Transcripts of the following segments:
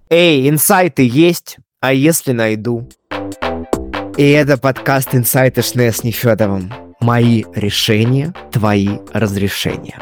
Эй, инсайты есть? А если найду? И это подкаст «Инсайты Шнея с Нефёдовым». Мои решения, твои разрешения.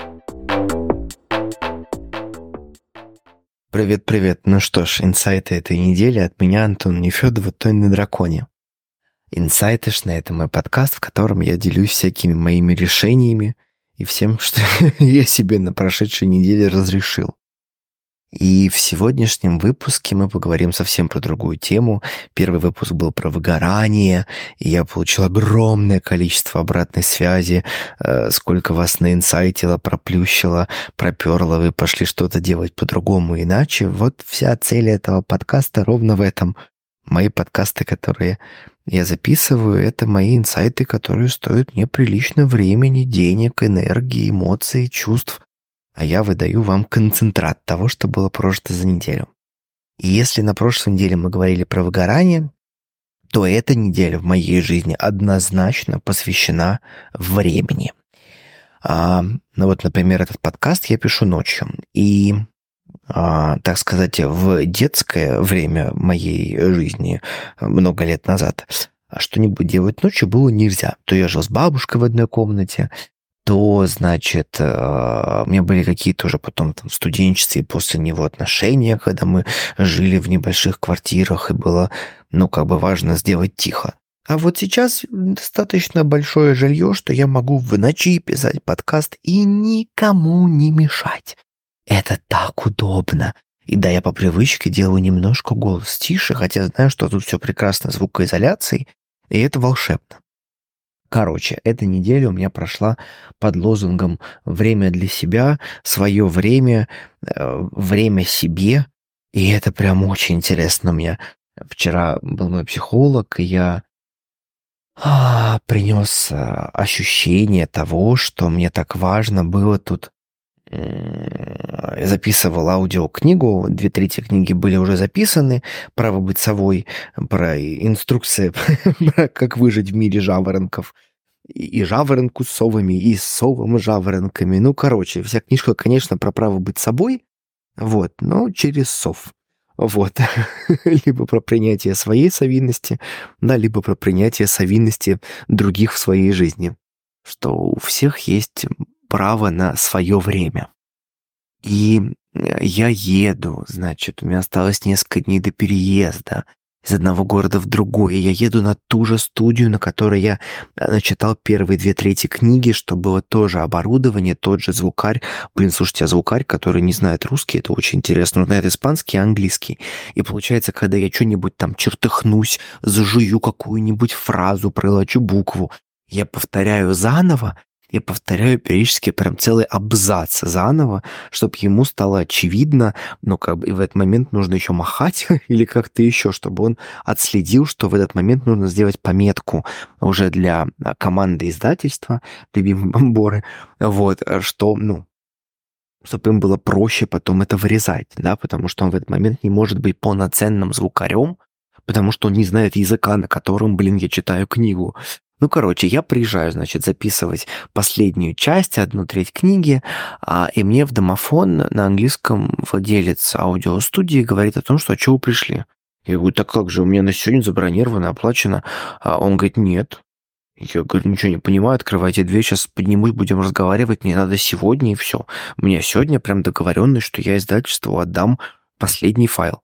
Привет-привет. Ну что ж, инсайты этой недели от меня, Антона Нефёдова, Тонь на драконе. «Инсайты Шнея» — это мой подкаст, в котором я делюсь всякими моими решениями и всем, что я себе на прошедшей неделе разрешил. И в сегодняшнем выпуске мы поговорим совсем про другую тему. Первый выпуск был про выгорание, и я получил огромное количество обратной связи, сколько вас наинсайтило, проплющило, проперло, вы пошли что-то делать по-другому, иначе. Вот вся цель этого подкаста ровно в этом. Мои подкасты, которые я записываю, это мои инсайты, которые стоят мне прилично времени, денег, энергии, эмоций, чувств. А я выдаю вам концентрат того, что было прожито за неделю. И если на прошлой неделе мы говорили про выгорание, то эта неделя в моей жизни однозначно посвящена времени. Ну вот, например, этот подкаст я пишу ночью. И, так сказать, в детское время моей жизни, много лет назад, что-нибудь делать ночью было нельзя. То я жил с бабушкой в одной комнате, то, значит, у меня были какие-то уже потом там студенческие после него отношения, когда мы жили в небольших квартирах, и было, важно сделать тихо. А вот сейчас достаточно большое жилье, что я могу в ночи писать подкаст и никому не мешать. Это так удобно. И да, я по привычке делаю немножко голос тише, хотя знаю, что тут все прекрасно звукоизоляцией, и это волшебно. Короче, эта неделя у меня прошла под лозунгом «Время для себя», «Свое время», «Время себе». И это прям очень интересно. У меня вчера был мой психолог, и я принес ощущение того, что мне так важно было тут. Я записывал аудиокнигу, 2/3 книги были уже записаны, «Право быть совой», про инструкции, про как выжить в мире жаворонков, и жаворонку с совами, и с совом и жаворонками. Вся книжка, конечно, про право быть собой, вот, но через сов. Вот. Либо про принятие своей совинности, да, либо про принятие совинности других в своей жизни. Что у всех есть право на свое время. И я еду, значит, у меня осталось несколько дней до переезда из одного города в другой. И я еду на ту же студию, на которой я начитал первые 2/3 книги, что было тоже оборудование, тот же звукарь. Блин, слушайте, а звукарь, который не знает русский, это очень интересно. Он знает испанский и английский. И получается, когда я что-нибудь там чертыхнусь, зажую какую-нибудь фразу, пролочу букву, я повторяю заново, я повторяю периодически прям целый абзац заново, чтобы ему стало очевидно, и в этот момент нужно еще махать или как-то еще, чтобы он отследил, что в этот момент нужно сделать пометку уже для команды издательства, любимые бомборы, вот, что, чтобы им было проще потом это вырезать, да, потому что он в этот момент не может быть полноценным звукарем, потому что он не знает языка, на котором, я читаю книгу. Я приезжаю, значит, записывать последнюю часть, 1/3 книги, и мне в домофон на английском владелец аудиостудии говорит о том, что «А чего вы пришли?» Я говорю: «Так как же, у меня на сегодня забронировано, оплачено». Он говорит: «Нет». Я говорю: «Ничего не понимаю, открывайте дверь, сейчас поднимусь, будем разговаривать, мне надо сегодня, и все. У меня сегодня прям договоренность, что я издательству отдам последний файл».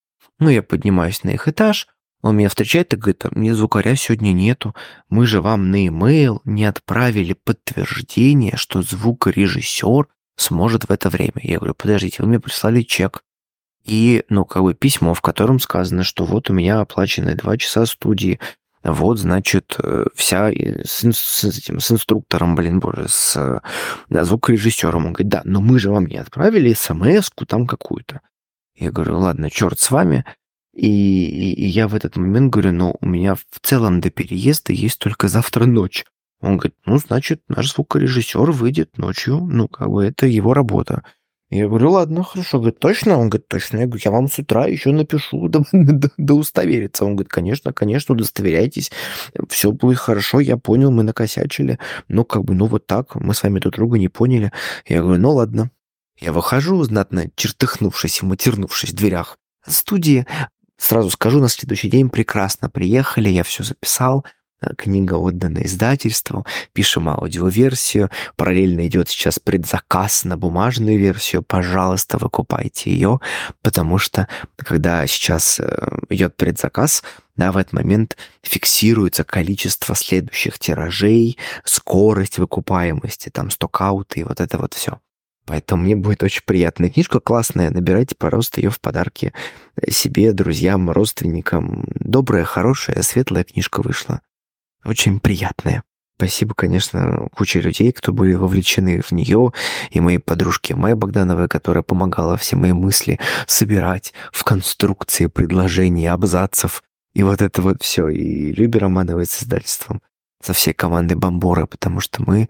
Я поднимаюсь на их этаж, он меня встречает и говорит: «Мне звукаря сегодня нету. Мы же вам на e-mail не отправили подтверждение, что звукорежиссер сможет в это время». Я говорю: «Подождите, вы мне прислали чек и, письмо, в котором сказано, что вот у меня оплачены 2 часа студии. Вот, значит, вся с инструктором, с звукорежиссером». Он говорит: «Да, но мы же вам не отправили смс-ку там какую-то». Я говорю: «Ладно, черт с вами». И я в этот момент говорю: у меня в целом до переезда есть только завтра ночь. Он говорит: значит, наш звукорежиссер выйдет ночью, это его работа. Я говорю: ладно, хорошо. Говорит: точно? Он говорит: точно. Я говорю: я вам с утра еще напишу, да удостовериться. Он говорит: конечно, удостоверяйтесь, все будет хорошо, я понял, мы накосячили. Вот так, мы с вами друг друга не поняли. Я говорю: ладно. Я выхожу, знатно чертыхнувшись и матернувшись в дверях, Студии, сразу скажу, на следующий день прекрасно приехали, я все записал, книга отдана издательству, пишем аудиоверсию, параллельно идет сейчас предзаказ на бумажную версию, пожалуйста, выкупайте ее, потому что когда сейчас идет предзаказ, да, в этот момент фиксируется количество следующих тиражей, скорость выкупаемости, там стокауты и вот это вот все. Поэтому мне будет очень приятная книжка, классная. Набирайте, пожалуйста, ее в подарки себе, друзьям, родственникам. Добрая, хорошая, светлая книжка вышла. Очень приятная. Спасибо, конечно, куче людей, кто были вовлечены в нее, и моей подружке Майе Богдановой, которая помогала все мои мысли собирать в конструкции предложений, абзацев, и вот это вот все, и Любе Романовой с издательством, со всей командой Бомбора, потому что мы,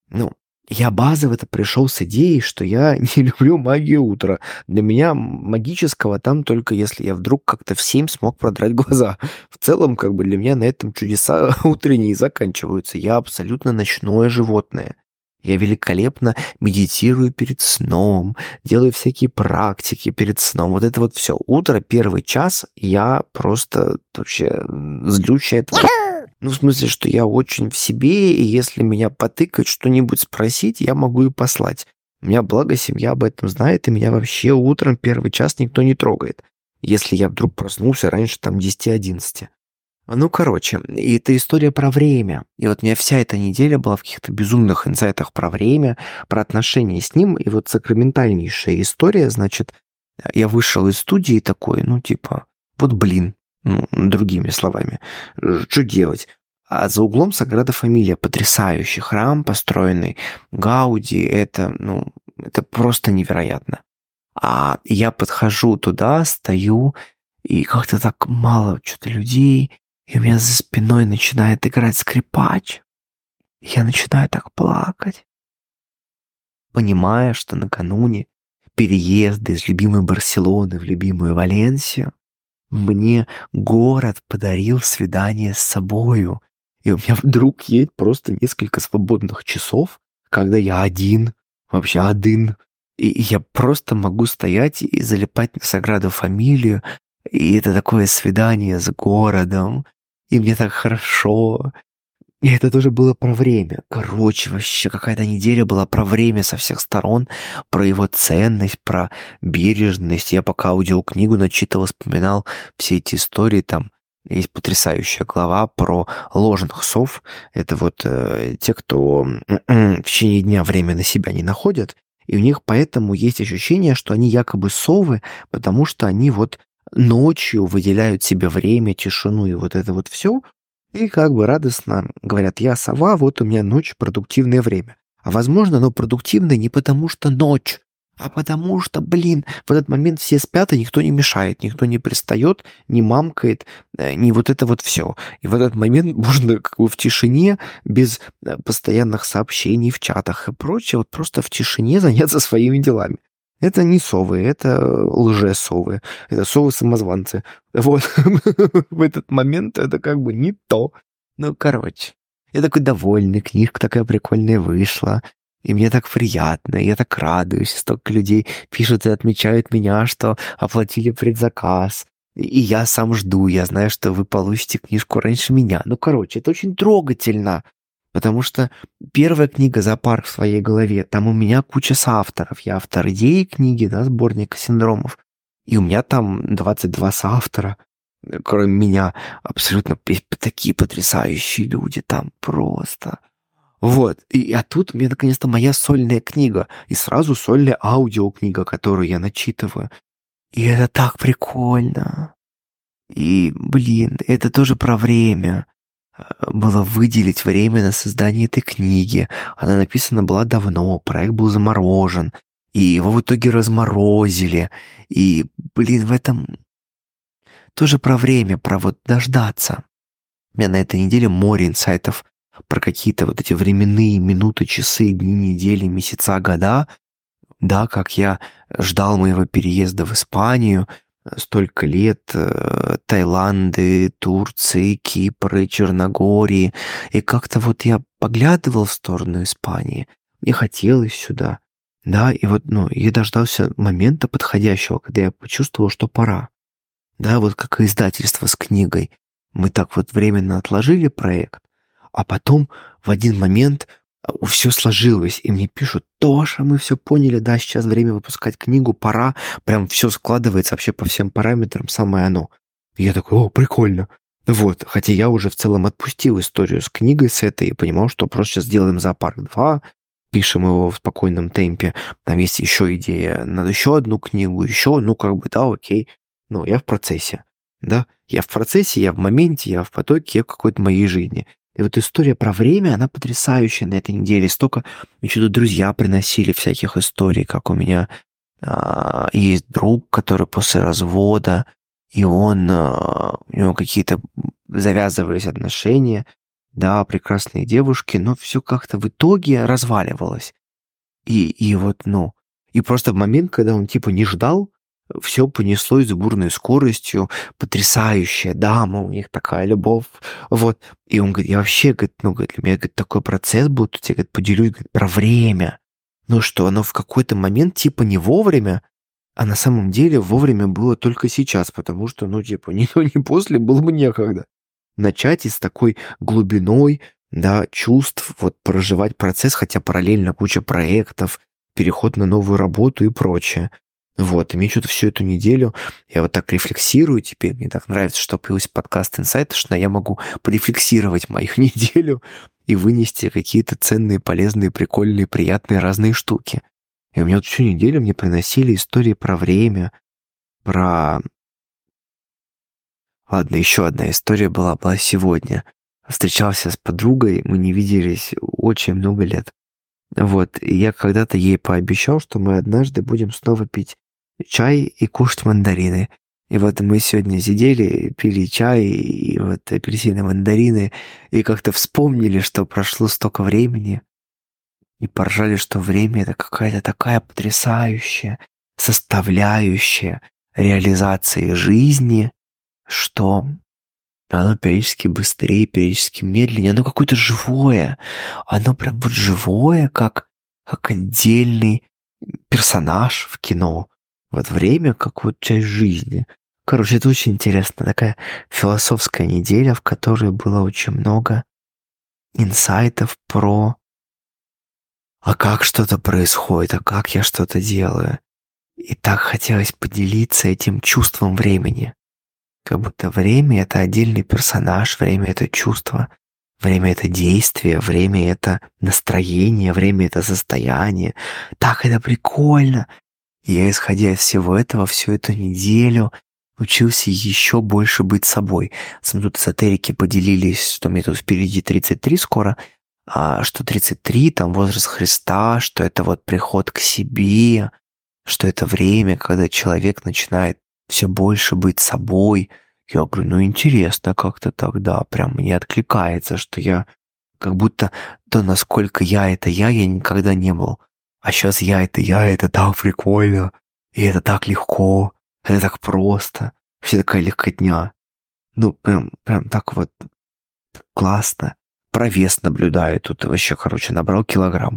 я базово-то пришел с идеей, что я не люблю магию утра. Для меня магического там только если я вдруг как-то в 7 смог продрать глаза. В целом, как бы для меня на этом чудеса утренние заканчиваются. Я абсолютно ночное животное. Я великолепно медитирую перед сном, делаю всякие практики перед сном. Вот это вот все. Утро, первый час, я просто вообще злющая тварь. Ну, в смысле, что я очень в себе, и если меня потыкать, что-нибудь спросить, я могу и послать. У меня, благо, семья об этом знает, и меня вообще утром первый час никто не трогает, если я вдруг проснулся раньше там 10-11. Ну, короче, и это история про время. И вот у меня вся эта неделя была в каких-то безумных инсайтах про время, про отношения с ним. И вот сакраментальнейшая история, значит, я вышел из студии такой, вот блин, другими словами, что делать? А за углом Саграда Фамилия, потрясающий храм, построенный Гауди, это просто невероятно. А я подхожу туда, стою, и как-то так мало что-то людей, и у меня за спиной начинает играть скрипач. Я начинаю так плакать, понимая, что накануне переезда из любимой Барселоны в любимую Валенсию мне город подарил свидание с собою. И у меня вдруг есть просто несколько свободных часов, когда я один, вообще один. И я просто могу стоять и залипать на Саграду Фамилию. И это такое свидание с городом. И мне так хорошо. И это тоже было про время. Короче, вообще какая-то неделя была про время со всех сторон, про его ценность, про бережность. Я пока аудиокнигу начитывал, вспоминал все эти истории. Там есть потрясающая глава про ложных сов. Это вот те, кто в течение дня время на себя не находят, и у них поэтому есть ощущение, что они якобы совы, потому что они вот ночью выделяют себе время, тишину и вот это вот все, и как бы радостно говорят: я сова, вот у меня ночь, продуктивное время. А возможно, оно продуктивное не потому что ночь, а потому что, в этот момент все спят, и никто не мешает, никто не пристает, не мамкает, не вот это вот все. И в этот момент можно как бы в тишине, без постоянных сообщений в чатах и прочее, вот просто в тишине заняться своими делами. Это не совы, это лжесовы, это совы-самозванцы. Вот в этот момент это как бы не то. Ну, короче, я такой довольный, книжка такая прикольная вышла, и мне так приятно, я так радуюсь, столько людей пишут и отмечают меня, что оплатили предзаказ. И я сам жду, я знаю, что вы получите книжку раньше меня. Ну, короче, это очень трогательно. Потому что первая книга «Зоопарк» в своей голове, там у меня куча соавторов. Я автор идеи книги, да, сборника синдромов. И у меня там 22 соавтора. Кроме меня абсолютно такие потрясающие люди там просто. Вот. А тут у меня наконец-то моя сольная книга. И сразу сольная аудиокнига, которую я начитываю. И это так прикольно. И, это тоже про время. Было выделить время на создание этой книги. Она написана была давно, проект был заморожен, и его в итоге разморозили. И, в этом тоже про время, про вот дождаться. У меня на этой неделе море инсайтов про какие-то вот эти временные минуты, часы, дни, недели, месяца, года. Да, как я ждал моего переезда в Испанию, столько лет, Таиланды, Турции, Кипры, Черногории. И как-то вот я поглядывал в сторону Испании, мне хотелось сюда. Да, и вот, я дождался момента подходящего, когда я почувствовал, что пора. да, вот как и издательство с книгой. Мы так вот временно отложили проект, а потом в один момент все сложилось, и мне пишут: «Тоша, мы все поняли, да, сейчас время выпускать книгу, пора». Прям все складывается вообще по всем параметрам, самое оно. И я такой: «О, прикольно». Вот, хотя я уже в целом отпустил историю с книгой с этой и понимал, что просто сейчас сделаем «Зоопарк 2», пишем его в спокойном темпе. Там есть еще идея на еще одну книгу, еще, ну, как бы, да, окей. Но я в процессе, да. Я в процессе, я в моменте, я в потоке, я в какой-то моей жизни. И вот история про время, она потрясающая на этой неделе. Столько еще тут друзья приносили всяких историй, как у меня есть друг, который после развода, и он, у него какие-то завязывались отношения, да, прекрасные девушки, но все как-то в итоге разваливалось. И вот, ну, и просто в момент, когда он типа не ждал, все понеслось с бурной скоростью, потрясающая дама, у них такая любовь, вот. И он говорит: «Я вообще, говорит, ну, говорит, для меня, говорит, такой процесс был, тут я, говорит, поделюсь, говорит, про время». Ну, что оно в какой-то момент типа не вовремя, а на самом деле вовремя было только сейчас, потому что, ну, типа, ни до, ни после было бы некогда. Начать и с такой глубиной, да, чувств, вот проживать процесс, хотя параллельно куча проектов, переход на новую работу и прочее. Вот, и мне что-то всю эту неделю я вот так рефлексирую теперь, мне так нравится, что появился подкаст «Инсайт», что я могу порефлексировать мою неделю и вынести какие-то ценные, полезные, прикольные, приятные разные штуки. И у меня вот всю неделю мне приносили истории про время, про... Ладно, еще одна история была сегодня. Встречался с подругой, мы не виделись очень много лет. Вот, и я когда-то ей пообещал, что мы однажды будем снова пить чай и кушать мандарины. И вот мы сегодня сидели, пили чай, и вот апельсины, мандарины, и как-то вспомнили, что прошло столько времени, и поржали, что время — это какая-то такая потрясающая составляющая реализации жизни, что оно периодически быстрее, периодически медленнее, оно какое-то живое, оно прям вот живое, как отдельный персонаж в кино. Вот время как вот часть жизни. Короче, это очень интересно. Такая философская неделя, в которой было очень много инсайтов про а как что-то происходит, а как я что-то делаю. И так хотелось поделиться этим чувством времени. Как будто время — это отдельный персонаж, время — это чувство, время — это действие, время — это настроение, время — это состояние. Так это прикольно! И я, исходя из всего этого, всю эту неделю учился еще больше быть собой. Смотрю, тут эзотерики поделились, что мне тут впереди 33 скоро, что 33 там возраст Христа, что это вот приход к себе, что это время, когда человек начинает все больше быть собой. Я говорю, ну интересно как-то тогда, прям мне откликается, что я как будто то, насколько я никогда не был. А сейчас я, это так прикольно, и это так легко, это так просто, все такая легкотня. Ну, прям так вот классно. Про вес наблюдаю, тут вообще, короче, набрал килограмм.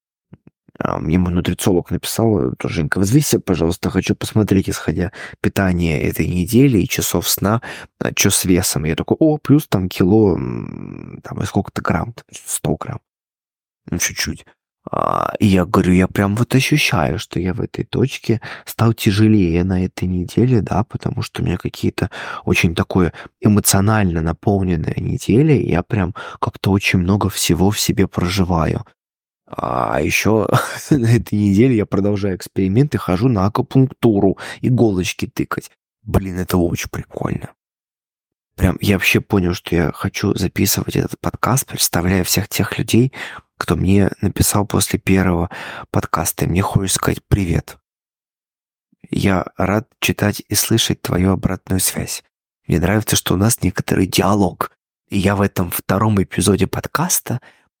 Мне мой нутрициолог написал: «Женька, взвесься, пожалуйста, хочу посмотреть, исходя питания этой недели и часов сна, что с весом». Я такой: «О, плюс там кило, там, и сколько-то грамм, 100 грамм, ну, чуть-чуть». И я говорю, я прям вот ощущаю, что я в этой точке стал тяжелее на этой неделе, да, потому что у меня какие-то очень такое эмоционально наполненная неделя, и я прям как-то очень много всего в себе проживаю. А еще на этой неделе я продолжаю эксперименты, хожу на акупунктуру, иголочки тыкать. Блин, это очень прикольно. Прям я вообще понял, что я хочу записывать этот подкаст, представляя всех тех людей, кто мне написал после первого подкаста. И мне хочется сказать привет. Я рад читать и слышать твою обратную связь. Мне нравится, что у нас некоторый диалог. И я в этом втором эпизоде подкаста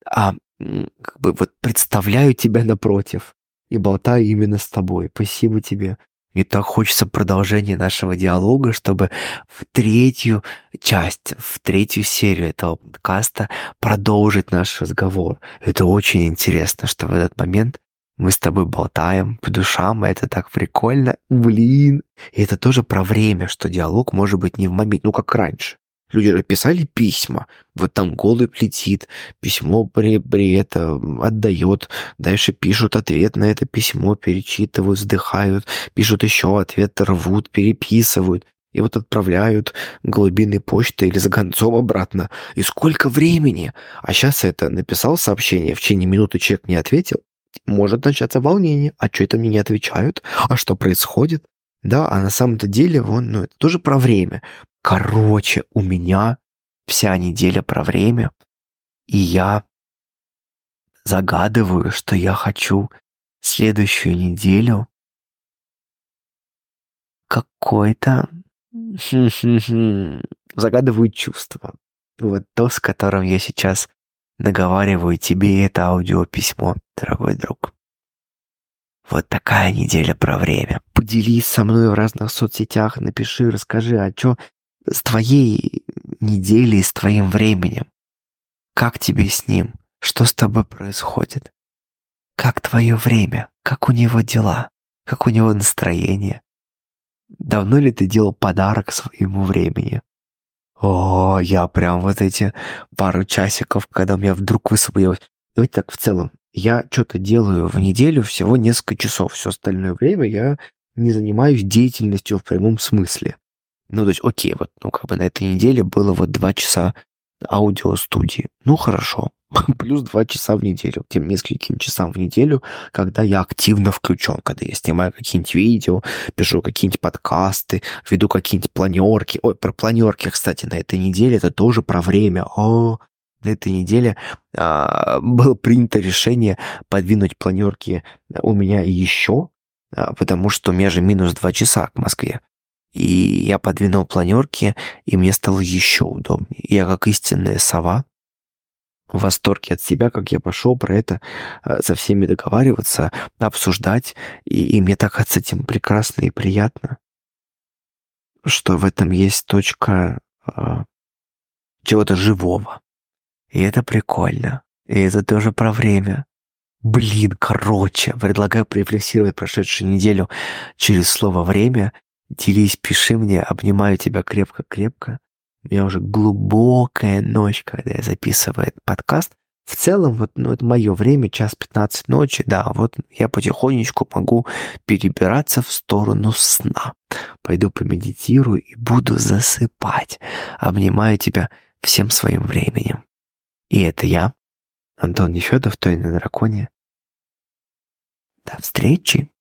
как бы вот представляю тебя напротив и болтаю именно с тобой. Спасибо тебе. Мне так хочется продолжения нашего диалога, чтобы в третью часть, в третью серию этого подкаста продолжить наш разговор. Это очень интересно, что в этот момент Мы с тобой болтаем по душам, это так прикольно. Блин. И это тоже про время, что диалог может быть не в момент, ну как раньше. Люди же писали письма. Вот там голубь летит, письмо при это отдает, дальше пишут ответ на это письмо, перечитывают, вздыхают, пишут еще ответ, рвут, переписывают. И вот отправляют голубиной почтой или за гонцом обратно. И сколько времени? А сейчас это написал сообщение, в течение минуты человек не ответил, может начаться волнение. А что это мне не отвечают? А что происходит? Да, а на самом-то деле, это тоже про время. Короче, у меня вся неделя про время, и я загадываю, что я хочу следующую неделю какой-то... Загадываю чувство. Вот то, с которым я сейчас наговариваю тебе это аудиописьмо, дорогой друг. Вот такая неделя про время. Поделись со мной в разных соцсетях, напиши, расскажи, а что с твоей неделей, с твоим временем? Как тебе с ним? Что с тобой происходит? Как твое время? Как у него дела? Как у него настроение? Давно ли ты делал подарок своему времени? О, я прям вот эти пару часиков, когда у меня вдруг высвободилось. Давайте так в целом. Я что-то делаю в неделю всего несколько часов. Все остальное время я не занимаюсь деятельностью в прямом смысле. Ну, то есть, окей, вот, как бы на этой неделе было вот 2 часа аудиостудии. Ну, хорошо. Плюс 2 часа в неделю, к тем нескольким часам в неделю, когда я активно включен, когда я снимаю какие-нибудь видео, пишу какие-нибудь подкасты, веду какие-нибудь планерки. Ой, про планерки, кстати, на этой неделе это тоже про время. На этой неделе было принято решение подвинуть планерки у меня еще, потому что у меня же минус 2 часа к Москве. И я подвинул планерки, и мне стало еще удобнее. Я как истинная сова в восторге от себя, как я пошел про это со всеми договариваться, обсуждать, и мне так с этим прекрасно и приятно, что в этом есть точка чего-то живого. И это прикольно. И это тоже про время. Блин, короче, предлагаю порефлексировать прошедшую неделю через слово «время». Делись, пиши мне, обнимаю тебя крепко-крепко. У меня уже глубокая ночь, когда я записываю этот подкаст. В целом, это мое время, 1:15 ночи, да, вот я потихонечку могу перебираться в сторону сна. Пойду помедитирую и буду засыпать. Обнимаю тебя всем своим временем. И это я, Антон Нефёдов, Той на драконе. До встречи!